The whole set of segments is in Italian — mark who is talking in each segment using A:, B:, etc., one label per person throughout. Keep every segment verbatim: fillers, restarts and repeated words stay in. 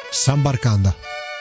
A: Sambarkanda.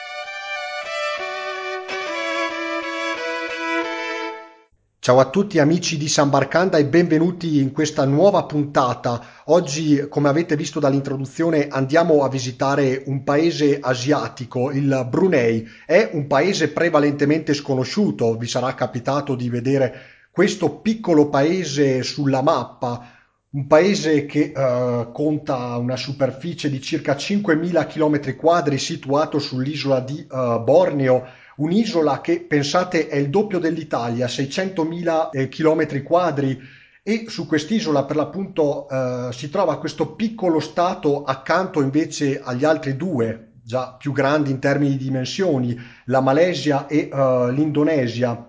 B: Ciao a tutti amici di Sambarkanda e benvenuti in questa nuova puntata. Oggi, come avete visto dall'introduzione, andiamo a visitare un paese asiatico, il Brunei. È un paese prevalentemente sconosciuto, vi sarà capitato di vedere questo piccolo paese sulla mappa, un paese che eh, conta una superficie di circa cinquemila chilometri quadri situato sull'isola di eh, Borneo. Un'isola che, pensate, è il doppio dell'Italia, seicentomila eh, chilometri quadri, e su quest'isola per l'appunto eh, si trova questo piccolo stato accanto invece agli altri due, già più grandi in termini di dimensioni, la Malesia e eh, l'Indonesia.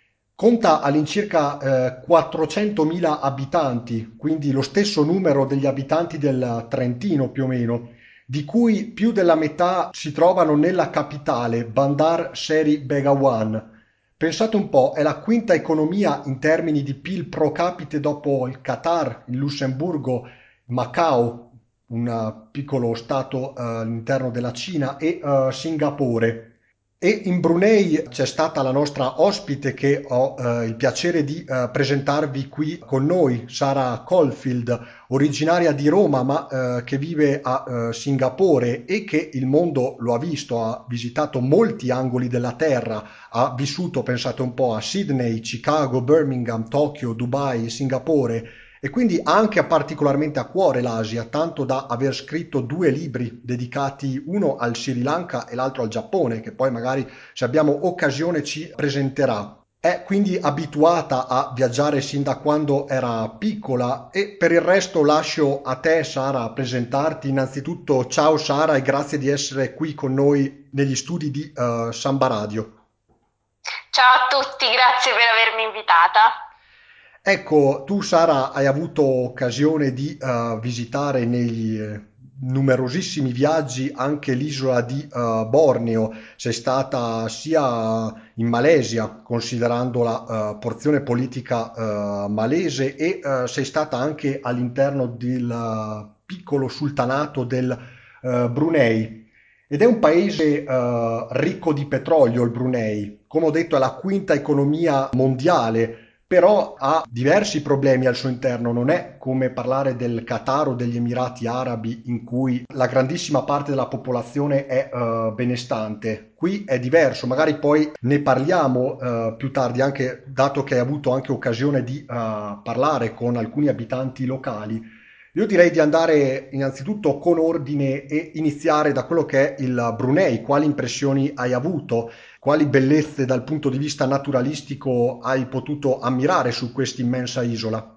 B: Conta all'incirca eh, quattrocentomila abitanti, quindi lo stesso numero degli abitanti del Trentino più o meno, di cui più della metà si trovano nella capitale, Bandar Seri Begawan. Pensate un po', è la quinta economia in termini di P I L pro capite dopo il Qatar, il Lussemburgo, Macao, un eh, piccolo stato eh, all'interno della Cina, e eh, Singapore. E in Brunei c'è stata la nostra ospite che ho eh, il piacere di eh, presentarvi qui con noi, Sara Caulfield, originaria di Roma ma eh, che vive a eh, Singapore e che il mondo lo ha visto, ha visitato molti angoli della terra, ha vissuto, pensate un po', a Sydney, Chicago, Birmingham, Tokyo, Dubai, Singapore, e quindi ha anche particolarmente a cuore l'Asia, tanto da aver scritto due libri dedicati, uno al Sri Lanka e l'altro al Giappone, che poi magari, se abbiamo occasione, ci presenterà. È quindi abituata a viaggiare sin da quando era piccola, e per il resto lascio a te, Sara, presentarti. Innanzitutto, ciao Sara e grazie di essere qui con noi negli studi di eh, Samba Radio.
C: Ciao a tutti, grazie per avermi invitata.
B: Ecco, tu Sara hai avuto occasione di eh, visitare nei eh, numerosissimi viaggi anche l'isola di eh, Borneo. Sei stata sia in Malesia, considerando la eh, porzione politica eh, malese, e eh, sei stata anche all'interno del eh, piccolo sultanato del eh, Brunei. Ed è un paese eh, ricco di petrolio, il Brunei. Come ho detto, è la quinta economia mondiale, però ha diversi problemi al suo interno. Non è come parlare del Qatar o degli Emirati Arabi, in cui la grandissima parte della popolazione è eh, benestante. Qui è diverso, magari poi ne parliamo eh, più tardi, anche dato che hai avuto anche occasione di eh, parlare con alcuni abitanti locali. Io direi di andare innanzitutto con ordine e iniziare da quello che è il Brunei. Quali impressioni hai avuto? Quali bellezze dal punto di vista naturalistico hai potuto ammirare su questa immensa isola?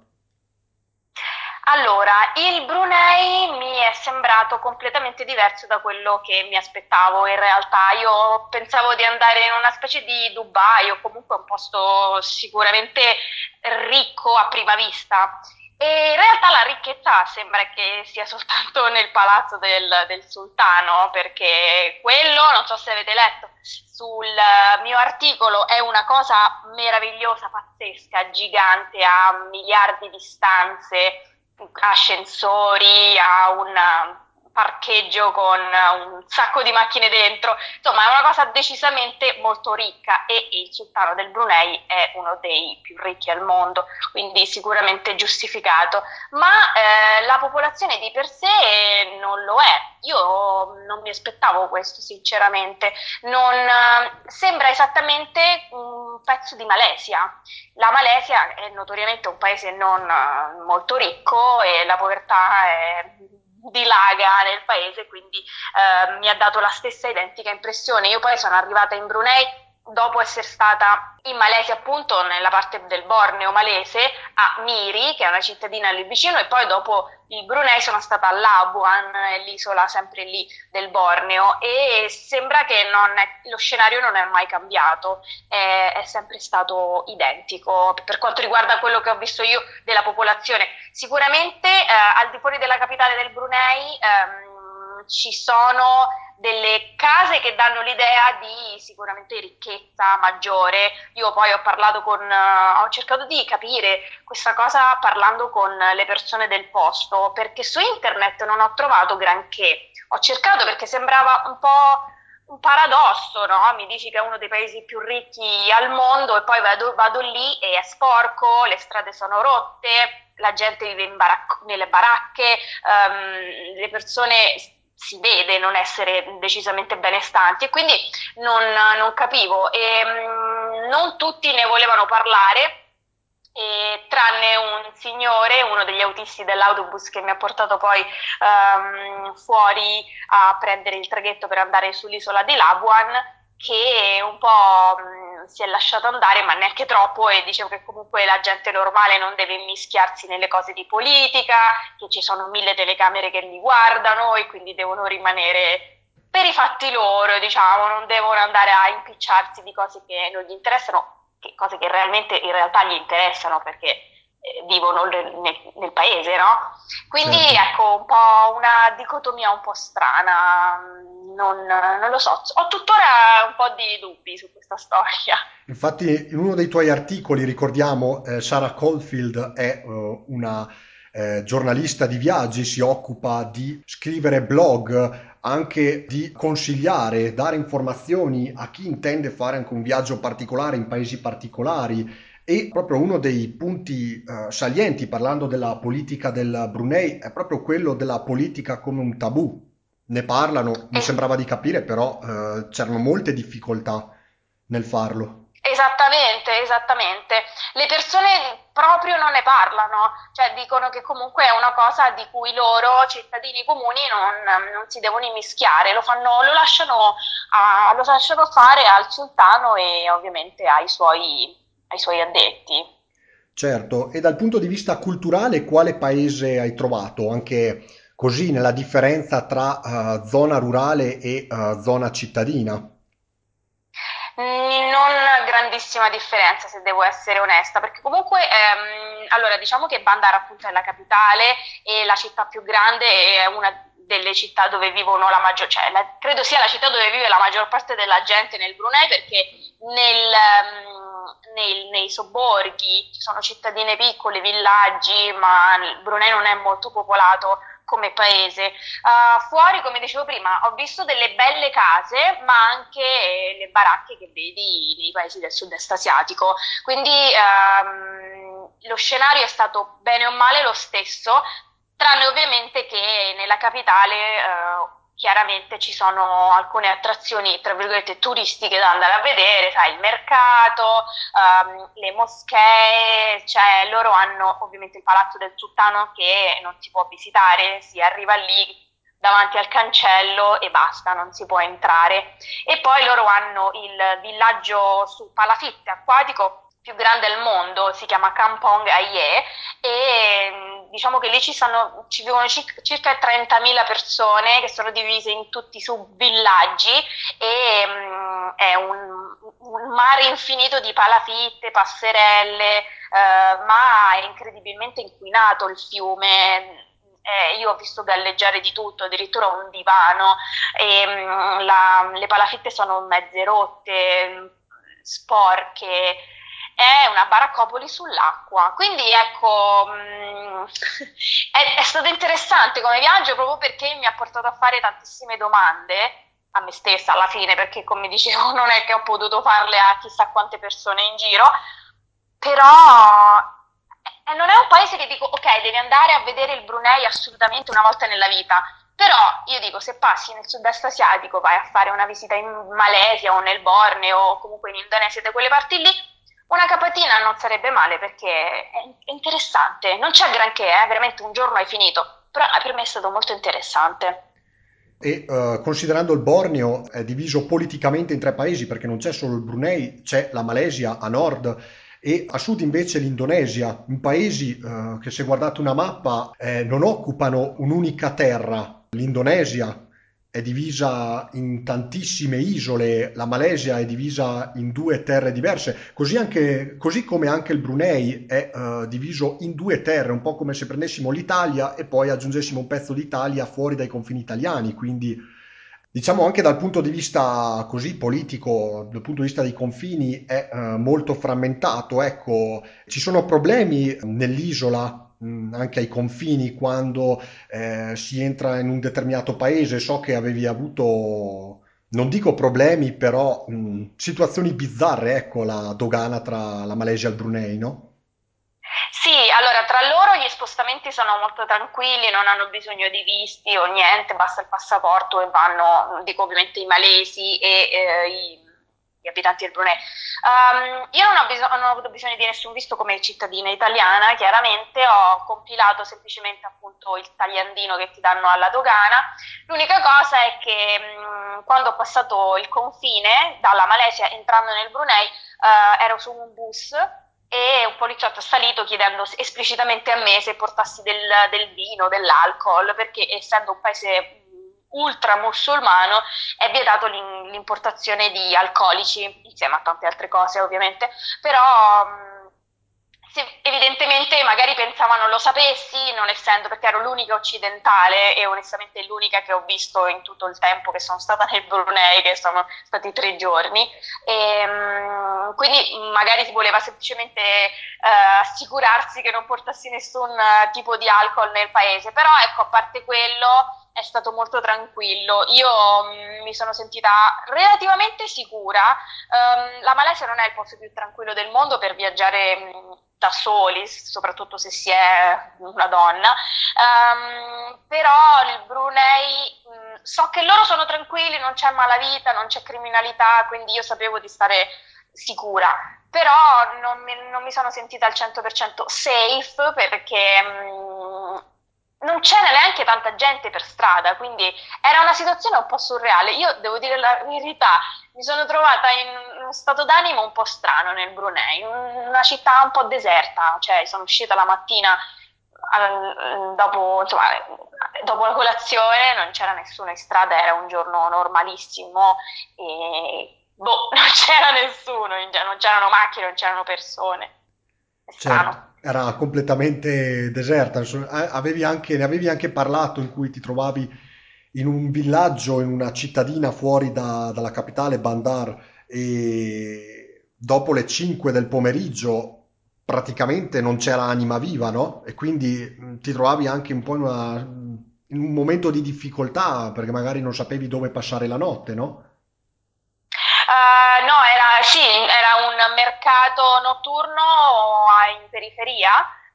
C: Allora, il Brunei mi è sembrato completamente diverso da quello che mi aspettavo. In realtà io pensavo di andare in una specie di Dubai o comunque un posto sicuramente ricco a prima vista. E in realtà la ricchezza sembra che sia soltanto nel palazzo del, del sultano, perché quello, non so se avete letto sul mio articolo, è una cosa meravigliosa, pazzesca, gigante, ha miliardi di stanze, ascensori, ha un parcheggio con un sacco di macchine dentro, insomma è una cosa decisamente molto ricca, e il sultano del Brunei è uno dei più ricchi al mondo, quindi sicuramente giustificato, ma eh, la popolazione di per sé non lo è. Io non mi aspettavo questo sinceramente, non, eh, sembra esattamente un pezzo di Malesia. La Malesia è notoriamente un paese non eh, molto ricco e la povertà è dilaga nel paese, quindi eh, mi ha dato la stessa identica impressione. Io poi sono arrivata in Brunei dopo essere stata in Malesia, appunto nella parte del Borneo malese, a Miri, che è una cittadina lì vicino, e poi dopo il Brunei sono stata a Labuan, l'isola sempre lì del Borneo, e sembra che non è, lo scenario non è mai cambiato, è, è sempre stato identico per quanto riguarda quello che ho visto io della popolazione. Sicuramente eh, al di fuori della capitale del Brunei ehm, ci sono delle case che danno l'idea di sicuramente ricchezza maggiore. Io poi ho parlato con, uh, ho cercato di capire questa cosa parlando con le persone del posto, perché su internet non ho trovato granché. ho cercato perché sembrava un po' un paradosso, no? Mi dici che è uno dei paesi più ricchi al mondo e poi vado, vado lì e è sporco, le strade sono rotte, la gente vive in barac- nelle baracche, ehm, le persone si vede non essere decisamente benestanti e quindi non, non capivo e mh, non tutti ne volevano parlare. E tranne un signore, uno degli autisti dell'autobus che mi ha portato poi ehm, fuori a prendere il traghetto per andare sull'isola di Labuan, che un po' mh, si è lasciato andare, ma neanche troppo, e dicevo che comunque la gente normale non deve immischiarsi nelle cose di politica, che ci sono mille telecamere che li guardano e quindi devono rimanere per i fatti loro, diciamo, non devono andare a impicciarsi di cose che non gli interessano, che cose che realmente in realtà gli interessano perché eh, vivono nel, nel, nel paese, no? Quindi
B: Certo.
C: ecco, un po' una dicotomia un po' strana, non, non lo so, ho tuttora un po' di dubbi su questa storia.
B: Infatti, in uno dei tuoi articoli, ricordiamo, eh, Sarah Caulfield è eh, una eh, giornalista di viaggi, si occupa di scrivere blog, anche di consigliare, dare informazioni a chi intende fare anche un viaggio particolare in paesi particolari. E proprio uno dei punti eh, salienti, parlando della politica del Brunei, è proprio quello della politica come un tabù. Ne parlano, mi
C: Es-
B: sembrava di capire, però eh, c'erano molte difficoltà nel farlo.
C: Esattamente, esattamente. Le persone proprio non ne parlano, cioè dicono che comunque è una cosa di cui loro, cittadini comuni, non, non si devono immischiare, lo fanno, lo lasciano, a- lo lasciano fare al sultano e ovviamente ai suoi, ai suoi addetti.
B: Certo, e dal punto di vista culturale, quale paese hai trovato? Anche così nella differenza tra eh, zona rurale e eh, zona cittadina?
C: Mm, Non grandissima differenza, se devo essere onesta, perché comunque, ehm, allora, diciamo che Bandar appunto è la capitale e la città più grande è una delle città dove vivono la maggior, cioè la- credo sia la città dove vive la maggior parte della gente nel Brunei, perché nel, ehm, nei, nei sobborghi ci sono cittadine piccole, villaggi, ma il Brunei non è molto popolato come paese. Uh, fuori, come dicevo prima, ho visto delle belle case, ma anche eh, le baracche che vedi nei paesi del sud-est asiatico. Quindi ehm, lo scenario è stato bene o male lo stesso, tranne ovviamente che nella capitale eh, chiaramente ci sono alcune attrazioni, tra virgolette, turistiche da andare a vedere, sai, il mercato, ehm, le moschee, cioè loro hanno ovviamente il palazzo del sultano che non si può visitare, si arriva lì davanti al cancello e basta, non si può entrare. E poi loro hanno il villaggio su palafitte acquatico più grande al mondo, si chiama Kampong Aie e diciamo che lì ci, sono, ci vivono circa trentamila persone che sono divise in tutti i sub-villaggi e um, è un, un mare infinito di palafitte, passerelle, eh, ma è incredibilmente inquinato il fiume. Eh, io ho visto galleggiare di tutto, addirittura un divano, e, mh, la, le palafitte sono mezze rotte, mh, sporche, è una baraccopoli sull'acqua. Quindi ecco, mh, è, è stato interessante come viaggio proprio perché mi ha portato a fare tantissime domande a me stessa alla fine, perché come dicevo non è che ho potuto farle a chissà quante persone in giro, però eh, non è un paese che dico ok, devi andare a vedere il Brunei assolutamente una volta nella vita, però io dico se passi nel sud-est asiatico, vai a fare una visita in Malesia o nel Borneo o comunque in Indonesia, da quelle parti lì, una capatina non sarebbe male perché è, è interessante, non c'è granché, è eh, veramente un giorno hai finito, però per me è stato molto interessante.
B: E eh, considerando il Borneo è diviso politicamente in tre paesi, perché non c'è solo il Brunei, c'è la Malesia a nord e a sud invece l'Indonesia, in paesi eh, che se guardate una mappa eh, non occupano un'unica terra. L'Indonesia è divisa in tantissime isole, la Malesia è divisa in due terre diverse, così, anche, così come anche il Brunei è eh, diviso in due terre, un po' come se prendessimo l'Italia e poi aggiungessimo un pezzo d'Italia fuori dai confini italiani, quindi diciamo anche dal punto di vista così politico, dal punto di vista dei confini è eh, molto frammentato, ecco, ci sono problemi nell'isola, mh, anche ai confini quando eh, si entra in un determinato paese. So che avevi avuto, non dico problemi, però mh, situazioni bizzarre, ecco, la dogana tra la Malesia e il Brunei, no?
C: Sì, allora tra loro gli spostamenti sono molto tranquilli, non hanno bisogno di visti o niente, basta il passaporto e vanno, dico ovviamente i malesi e eh, i- gli abitanti del Brunei. Um, io non ho, biso- non ho avuto bisogno di nessun visto come cittadina italiana, chiaramente ho compilato semplicemente appunto il tagliandino che ti danno alla dogana. L'unica cosa è che mh, quando ho passato il confine dalla Malesia entrando nel Brunei, eh, ero su un bus e un poliziotto è salito chiedendo esplicitamente a me se portassi del, del vino, dell'alcol, perché essendo un paese ultra musulmano è vietato l'im- l'importazione di alcolici, insieme a tante altre cose ovviamente, però mh, se- evidentemente magari pensavano lo sapessi, non essendo perché ero l'unica occidentale e onestamente l'unica che ho visto in tutto il tempo che sono stata nel Brunei, che sono stati tre giorni, e, mh, quindi magari si voleva semplicemente eh, assicurarsi che non portassi nessun eh, tipo di alcol nel paese, però ecco, a parte quello è stato molto tranquillo. Io mh, mi sono sentita relativamente sicura. Um, la Malesia non è il posto più tranquillo del mondo per viaggiare mh, da soli, soprattutto se si è una donna. Um, però il Brunei, mh, so che loro sono tranquilli, non c'è malavita, non c'è criminalità, quindi io sapevo di stare sicura, però non mi, non mi sono sentita al cento per cento safe perché mh, non c'era neanche tanta gente per strada, quindi era una situazione un po' surreale. Io devo dire la verità, mi sono trovata in uno stato d'animo un po' strano nel Brunei, una città un po' deserta, cioè sono uscita la mattina al- dopo, insomma, dopo la colazione, non c'era nessuno in strada, era un giorno normalissimo e boh, non c'era nessuno, in gen- non c'erano macchine, non c'erano persone. È
B: Certo,
C: strano.
B: era completamente deserta. Insomma, a- avevi anche, ne avevi anche parlato in cui ti trovavi in un villaggio, in una cittadina fuori da- dalla capitale, Bandar, e dopo le cinque del pomeriggio praticamente non c'era anima viva, no? E quindi mh, ti trovavi anche un po' in, una- in un momento di difficoltà perché magari non sapevi dove passare la notte, no?
C: Uh, no, era, sì, era un mercato notturno a- in periferia.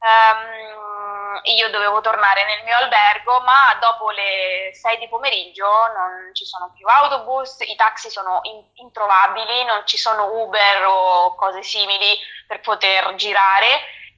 C: Ehm, io dovevo tornare nel mio albergo, ma dopo le sei di pomeriggio non ci sono più autobus, i taxi sono in- introvabili, non ci sono Uber o cose simili per poter girare.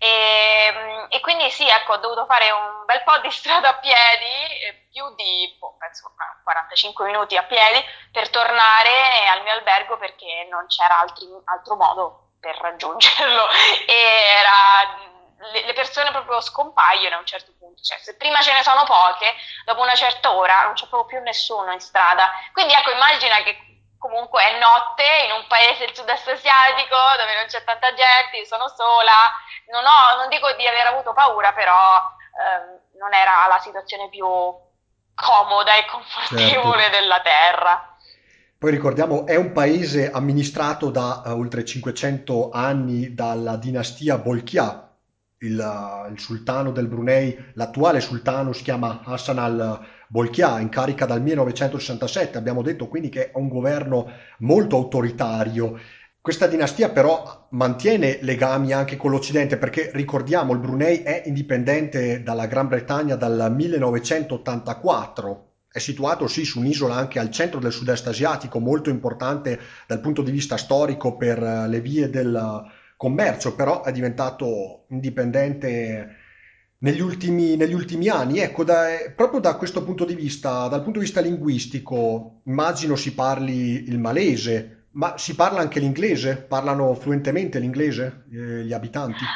C: E, e quindi sì, ecco, ho dovuto fare un bel po' di strada a piedi, eh, più di, boh, penso, quarantacinque minuti a piedi per tornare al mio albergo perché non c'era altri- altro modo per raggiungerlo e era, le, le persone proprio scompaiono a un certo punto, cioè se prima ce ne sono poche, dopo una certa ora non c'è proprio più nessuno in strada. Quindi ecco, immagina che comunque è notte in un paese del sud-est asiatico dove non c'è tanta gente, io sono sola, non, ho, non dico di aver avuto paura, però ehm, non era la situazione più comoda e
B: Certo.
C: confortevole della terra.
B: Poi ricordiamo, è un paese amministrato da eh, oltre cinquecento anni dalla dinastia Bolkiah, il, eh, il sultano del Brunei, l'attuale sultano si chiama Hassan al-Bolkiah, in carica dal millenovecentosessantasette. Abbiamo detto quindi che è un governo molto autoritario. Questa dinastia però mantiene legami anche con l'Occidente perché ricordiamo il Brunei è indipendente dalla Gran Bretagna dal millenovecentottantaquattro. È situato sì su un'isola anche al centro del sud-est asiatico, molto importante dal punto di vista storico per eh, le vie del commercio, però è diventato indipendente negli ultimi, negli ultimi anni. Ecco, da- eh, proprio da questo punto di vista, dal punto di vista linguistico, immagino si parli il malese, ma si parla anche l'inglese? Parlano fluentemente l'inglese, eh, gli abitanti?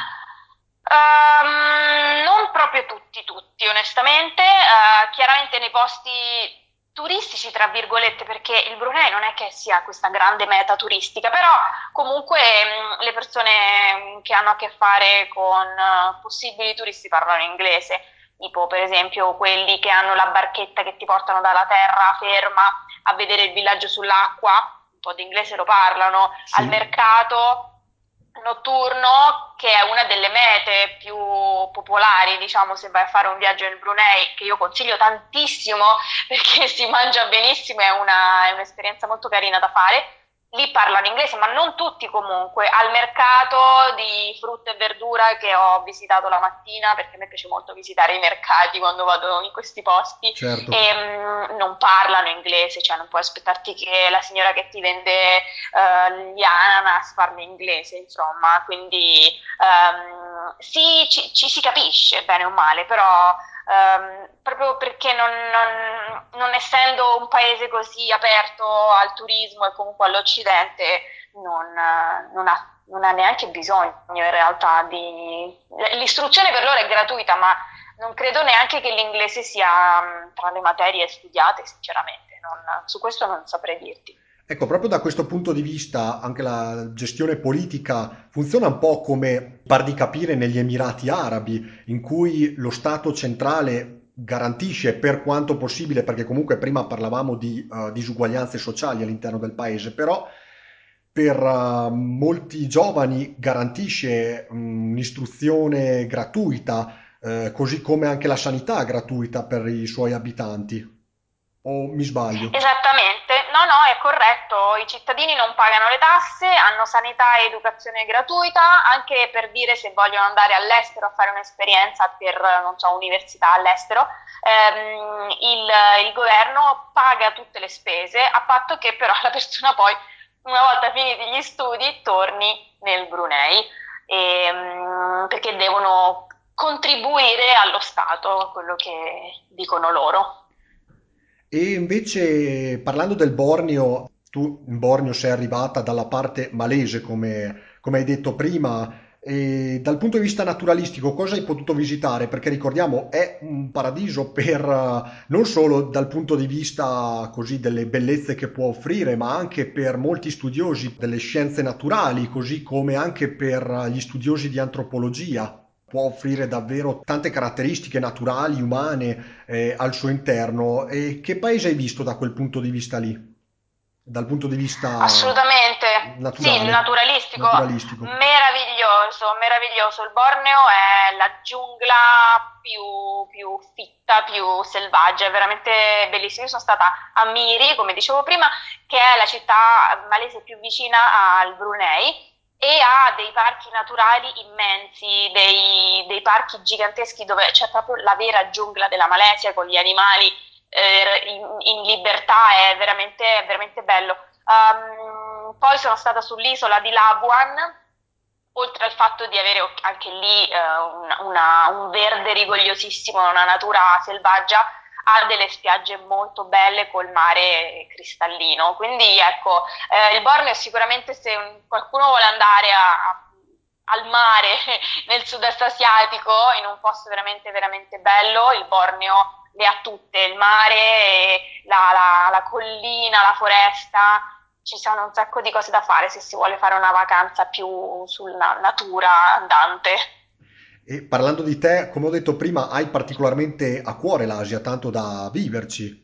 C: Ehm, non proprio tutti, tutti, onestamente. Eh, chiaramente nei posti turistici, tra virgolette, perché il Brunei non è che sia questa grande meta turistica, però comunque mh, le persone mh, che hanno a che fare con eh, possibili turisti parlano inglese, tipo per esempio quelli che hanno la barchetta che ti portano dalla terra ferma a vedere il villaggio sull'acqua, un po' di inglese lo parlano, al
B: Sì.
C: mercato notturno, che è una delle mete più popolari, diciamo, se vai a fare un viaggio nel Brunei, che io consiglio tantissimo perché si mangia benissimo, è una, è un'esperienza molto carina da fare. Lì parlano inglese, ma non tutti comunque. Al mercato di frutta e verdura che ho visitato la mattina, perché a me piace molto visitare i mercati quando vado in questi posti,
B: Certo.
C: e mm, non parlano inglese, cioè non puoi aspettarti che la signora che ti vende eh, gli ananas parli inglese, insomma, quindi ehm, sì, ci, ci si capisce bene o male, però ehm, proprio perché non, non- non essendo un paese così aperto al turismo e comunque all'Occidente, non, eh, non ha, non ha neanche bisogno in realtà di... L'istruzione per loro è gratuita, ma non credo neanche che l'inglese sia mh, tra le materie studiate, sinceramente, non- su questo non saprei dirti.
B: Ecco, proprio da questo punto di vista anche la gestione politica funziona un po' come par di capire negli Emirati Arabi, in cui lo Stato centrale garantisce per quanto possibile, perché comunque prima parlavamo di eh, disuguaglianze sociali all'interno del paese, però per eh, molti giovani garantisce mm, un'istruzione gratuita, eh, così come anche la sanità gratuita per i suoi abitanti. O mi sbaglio?
C: Esattamente, no, no, è corretto, i cittadini non pagano le tasse, hanno sanità e educazione gratuita, anche per dire se vogliono andare all'estero a fare un'esperienza per, non so, università all'estero, ehm, il, il governo paga tutte le spese, a patto che però la persona poi, una volta finiti gli studi, torni nel Brunei, ehm, perché devono contribuire allo Stato, quello che dicono loro.
B: E invece parlando del Borneo, tu in Borneo sei arrivata dalla parte malese, come, come hai detto prima, e dal punto di vista naturalistico cosa hai potuto visitare? Perché ricordiamo è un paradiso per, eh, non solo dal punto di vista così delle bellezze che può offrire, ma anche per molti studiosi delle scienze naturali, così come anche per gli studiosi di antropologia. Può offrire davvero tante caratteristiche naturali, umane eh, al suo interno. E che paese hai visto da quel punto di vista lì? Dal punto di vista
C: Assolutamente, sì,
B: naturale,
C: naturalistico,
B: naturalistico.
C: meraviglioso, meraviglioso. Il Borneo è la giungla più, più fitta, più selvaggia, è veramente bellissimo. Io sono stata a Miri, come dicevo prima, che è la città malese più vicina al Brunei e ha dei parchi naturali immensi, dei, dei parchi giganteschi dove c'è proprio la vera giungla della Malesia con gli animali eh, in, in libertà, è veramente, veramente bello. Um, poi sono stata sull'isola di Labuan, oltre al fatto di avere anche lì eh, una- una- un verde rigogliosissimo, una natura selvaggia, ha delle spiagge molto belle col mare cristallino. Quindi ecco, eh, il Borneo è sicuramente se un- qualcuno vuole andare a- a- al mare nel sud-est asiatico, in un posto veramente, veramente bello, il Borneo le ha tutte, il mare, la, la, la collina, la foresta, ci sono un sacco di cose da fare se si vuole fare una vacanza più sulla natura andante.
B: E parlando di te, come ho detto prima, hai particolarmente a cuore l'Asia, tanto da viverci.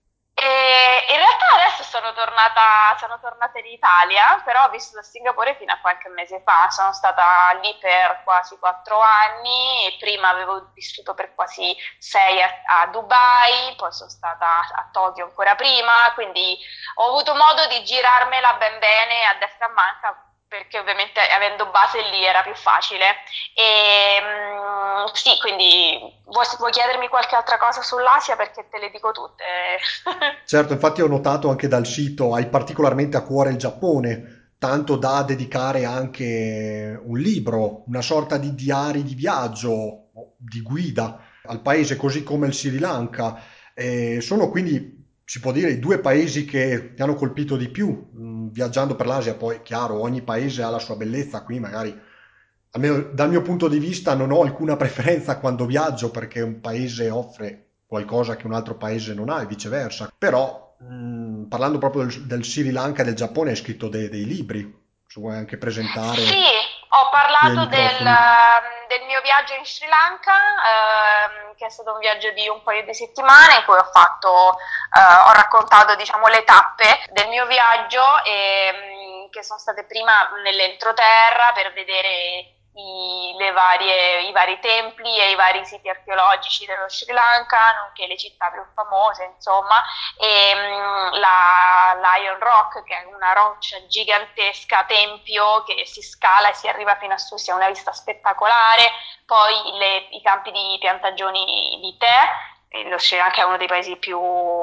C: E in realtà adesso sono tornata, sono tornata in Italia, però ho vissuto a Singapore fino a qualche mese fa. Sono stata lì per quasi quattro anni, e prima avevo vissuto per quasi sei a, a Dubai, poi sono stata a Tokyo ancora prima, quindi ho avuto modo di girarmela ben bene a destra e a manca, perché ovviamente avendo base lì era più facile. E, mm, sì, quindi vuoi, vuoi chiedermi qualche altra cosa sull'Asia perché te le dico tutte.
B: Certo, infatti ho notato anche dal sito, hai particolarmente a cuore il Giappone, tanto da dedicare anche un libro, una sorta di diari di viaggio, o di guida al paese, così come il Sri Lanka. E sono quindi, si può dire, i due paesi che ti hanno colpito di più, mh, viaggiando per l'Asia. Poi, chiaro, ogni paese ha la sua bellezza, qui magari, almeno dal mio punto di vista, non ho alcuna preferenza quando viaggio perché un paese offre qualcosa che un altro paese non ha e viceversa. Però, mh, parlando proprio del, del Sri Lanka e del Giappone, hai scritto de- dei libri, se vuoi anche presentare
C: Sì, ho
B: qui ai
C: parlato del,
B: microfoni.
C: ehm, del mio viaggio in Sri Lanka, ehm, che è stato un viaggio di un paio di settimane in cui ho fatto, eh, ho raccontato, diciamo, le tappe del mio viaggio, e, mh, che sono state prima nell'entroterra per vedere i, le varie, i vari templi e i vari siti archeologici dello Sri Lanka, nonché le città più famose, insomma, e mh, la Lion Rock, che è una roccia gigantesca, tempio, che si scala e si arriva fino a su, si ha una vista spettacolare, poi le, i campi di piantagioni di tè, e lo Sri Lanka è uno dei paesi più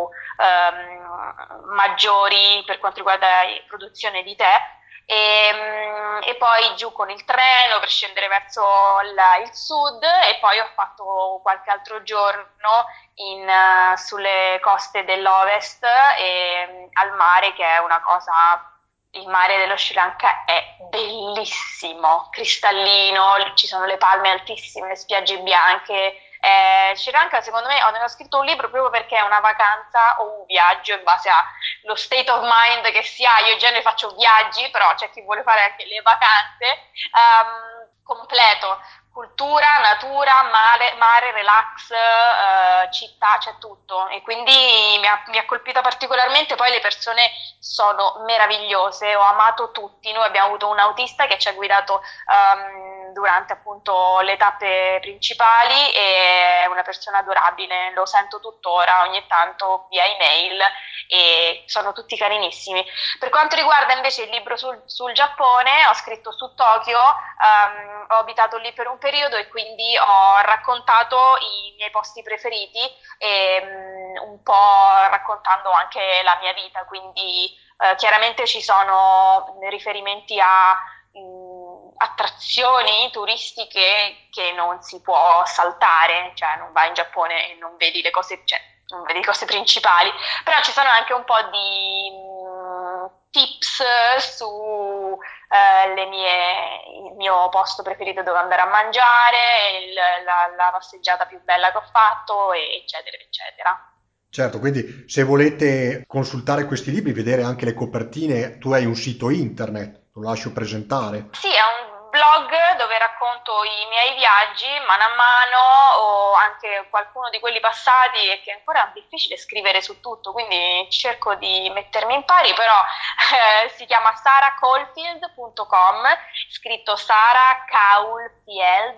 C: ehm, maggiori per quanto riguarda la produzione di tè, e, mm, e poi giù con il treno per scendere verso la- il sud, e poi ho fatto qualche altro giorno in, eh, sulle coste dell'Ovest e mm, al mare, che è una cosa. Il mare dello Sri Lanka è bellissimo, cristallino, ci sono le palme altissime, le spiagge bianche. Eh, Sri Lanka, secondo me, ho scritto un libro proprio perché è una vacanza o un viaggio in base allo state of mind che si ha. Io in genere faccio viaggi, però c'è chi vuole fare anche le vacanze. Um, completo, cultura, natura, mare, mare relax, eh, città, c'è tutto. E quindi mi ha, mi ha colpita particolarmente. Poi le persone sono meravigliose, ho amato tutti. Noi abbiamo avuto un autista che ci ha guidato um, durante appunto le tappe principali, e è una persona adorabile, lo sento tuttora ogni tanto via email, e sono tutti carinissimi. Per quanto riguarda invece il libro sul, sul Giappone, ho scritto su Tokyo, um, ho abitato lì per un periodo e quindi ho raccontato i miei posti preferiti, e um, un po' raccontando anche la mia vita, quindi eh, chiaramente ci sono riferimenti a mh, attrazioni turistiche che non si può saltare, cioè non vai in Giappone e non vedi le cose, cioè, non vedi le cose principali, però ci sono anche un po' di mh, tips su eh, le mie, il mio posto preferito dove andare a mangiare, il, la, la passeggiata più bella che ho fatto, eccetera, eccetera.
B: Certo, quindi se volete consultare questi libri, vedere anche le copertine, tu hai un sito internet, te lo lascio presentare.
C: Sì, è un blog dove racconto i miei viaggi mano a mano, o anche qualcuno di quelli passati, e che è ancora difficile scrivere su tutto, quindi cerco di mettermi in pari, però eh, si chiama sara caulfield punto com, scritto Sara Caulfield,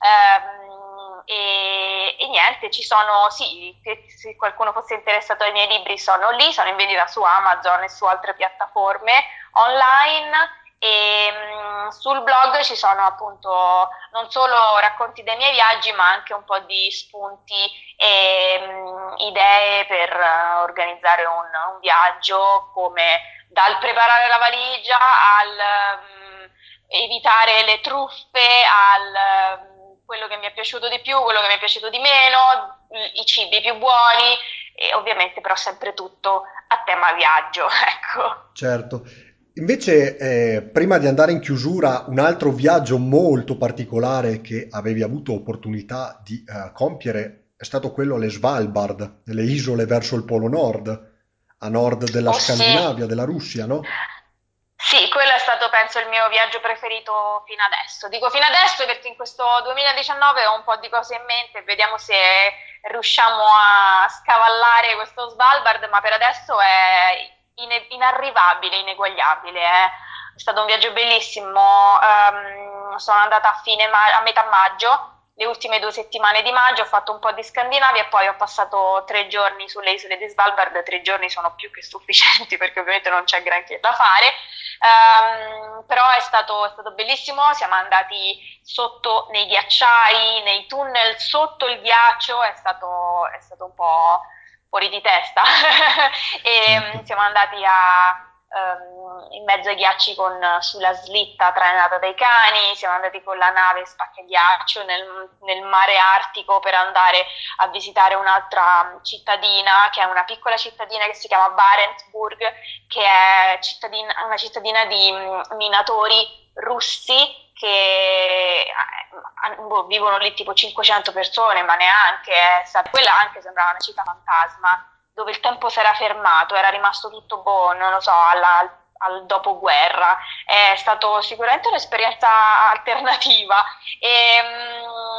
C: ehm, e, e niente, ci sono, sì, se, se qualcuno fosse interessato ai miei libri sono lì, sono in vendita su Amazon e su altre piattaforme online. E mh, sul blog ci sono appunto non solo racconti dei miei viaggi, ma anche un po' di spunti e mh, idee per uh, organizzare un, un viaggio, come dal preparare la valigia al mh, evitare le truffe, al mh, quello che mi è piaciuto di più, quello che mi è piaciuto di meno, i cibi più buoni, e ovviamente però sempre tutto a tema viaggio, ecco.
B: Certo. Invece, eh, prima di andare in chiusura, un altro viaggio molto particolare che avevi avuto opportunità di eh, compiere è stato quello alle Svalbard, nelle isole verso il Polo Nord, a nord della
C: Oh sì,
B: Scandinavia, della Russia, no?
C: sì, quello è stato penso il mio viaggio preferito fino adesso. Dico fino adesso perché in questo duemiladiciannove ho un po' di cose in mente, vediamo se riusciamo a scavallare questo Svalbard, ma per adesso è ine- inarrivabile, ineguagliabile. eh. È stato un viaggio bellissimo. Ehm, sono andata a fine ma- a metà maggio, le ultime due settimane di maggio, ho fatto un po' di Scandinavia e poi ho passato tre giorni sulle isole di Svalbard. Tre giorni sono più che sufficienti perché ovviamente non c'è granché da fare. Um, però è stato, è stato bellissimo, siamo andati sotto nei ghiacciai, nei tunnel sotto il ghiaccio, è stato, è stato un po' fuori di testa. E
B: Certo.
C: um, siamo andati a, um, in mezzo ai ghiacci con, sulla slitta trainata dai cani, siamo andati con la nave spaccaghiaccio nel, nel mare Artico per andare a visitare un'altra cittadina, che è una piccola cittadina che si chiama Barentsburg, che è cittadina, una cittadina di mh, minatori russi che eh, boh, vivono lì tipo cinquecento persone, ma neanche, eh, quella anche sembrava una città fantasma, dove il tempo si era fermato, era rimasto tutto boh, non lo so, alla, al, al dopoguerra. È stato sicuramente un'esperienza alternativa, e,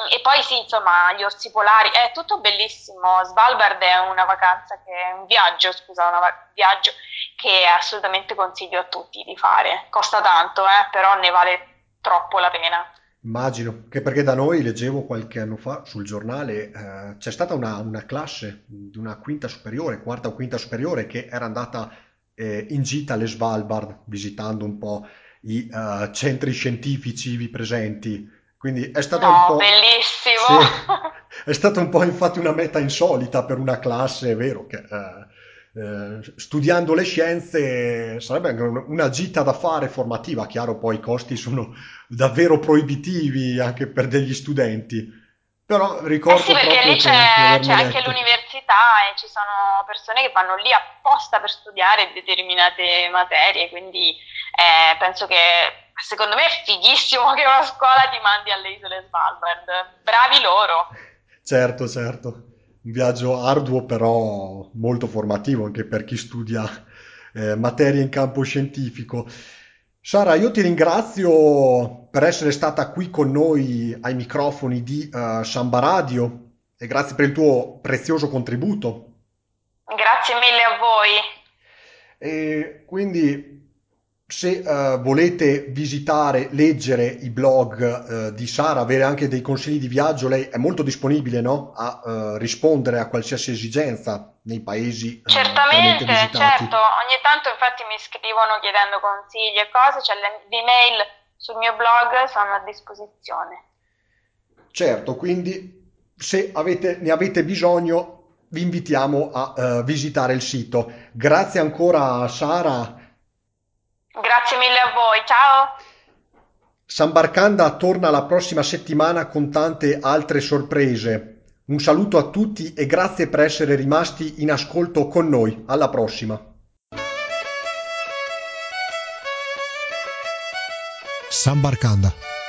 C: e poi sì, insomma, gli orsi polari, è tutto bellissimo. Svalbard è una vacanza che è un viaggio, scusa, una va- un viaggio che assolutamente consiglio a tutti di fare. Costa tanto, eh, però ne vale troppo la pena.
B: Immagino, che perché da noi leggevo qualche anno fa sul giornale, eh, c'è stata una, una classe di una quinta superiore, quarta o quinta superiore, che era andata eh, in gita alle Svalbard, visitando un po' i eh, centri scientifici ivi presenti. Quindi è stata un
C: No,
B: po',
C: bellissimo!
B: sì, è stata un po' infatti una meta insolita per una classe, è vero, che eh, eh, studiando le scienze sarebbe anche un- una gita da fare formativa, chiaro, poi i costi sono davvero proibitivi anche per degli studenti, però
C: Eh sì,
B: ricordo
C: perché
B: proprio
C: lì
B: che di
C: c'è c'è
B: averne
C: anche
B: letto.
C: l'università e ci sono persone che vanno lì apposta per studiare determinate materie, quindi eh, penso che secondo me è fighissimo che una scuola ti mandi alle isole Svalbard. Bravi loro.
B: Certo, certo, un viaggio arduo però molto formativo anche per chi studia eh, materie in campo scientifico. Sara, io ti ringrazio per essere stata qui con noi ai microfoni di eh, Samba Radio e grazie per il tuo prezioso contributo.
C: Grazie mille a voi.
B: E quindi se eh, volete visitare, leggere i blog eh, di Sara, avere anche dei consigli di viaggio, lei è molto disponibile, no? A eh, rispondere a qualsiasi esigenza nei paesi eh, chiaramente
C: Certamente, certo,
B: visitati.
C: ogni tanto infatti mi scrivono chiedendo consigli e cose, c'è le- l'email sul mio blog, sono a disposizione.
B: Certo, quindi se avete- ne avete bisogno, vi invitiamo a eh, visitare il sito. Grazie ancora Sara.
C: Grazie mille a voi, ciao!
B: Sambarcanda torna la prossima settimana con tante altre sorprese. Un saluto a tutti e grazie per essere rimasti in ascolto con noi. Alla prossima.
A: Sambarcanda.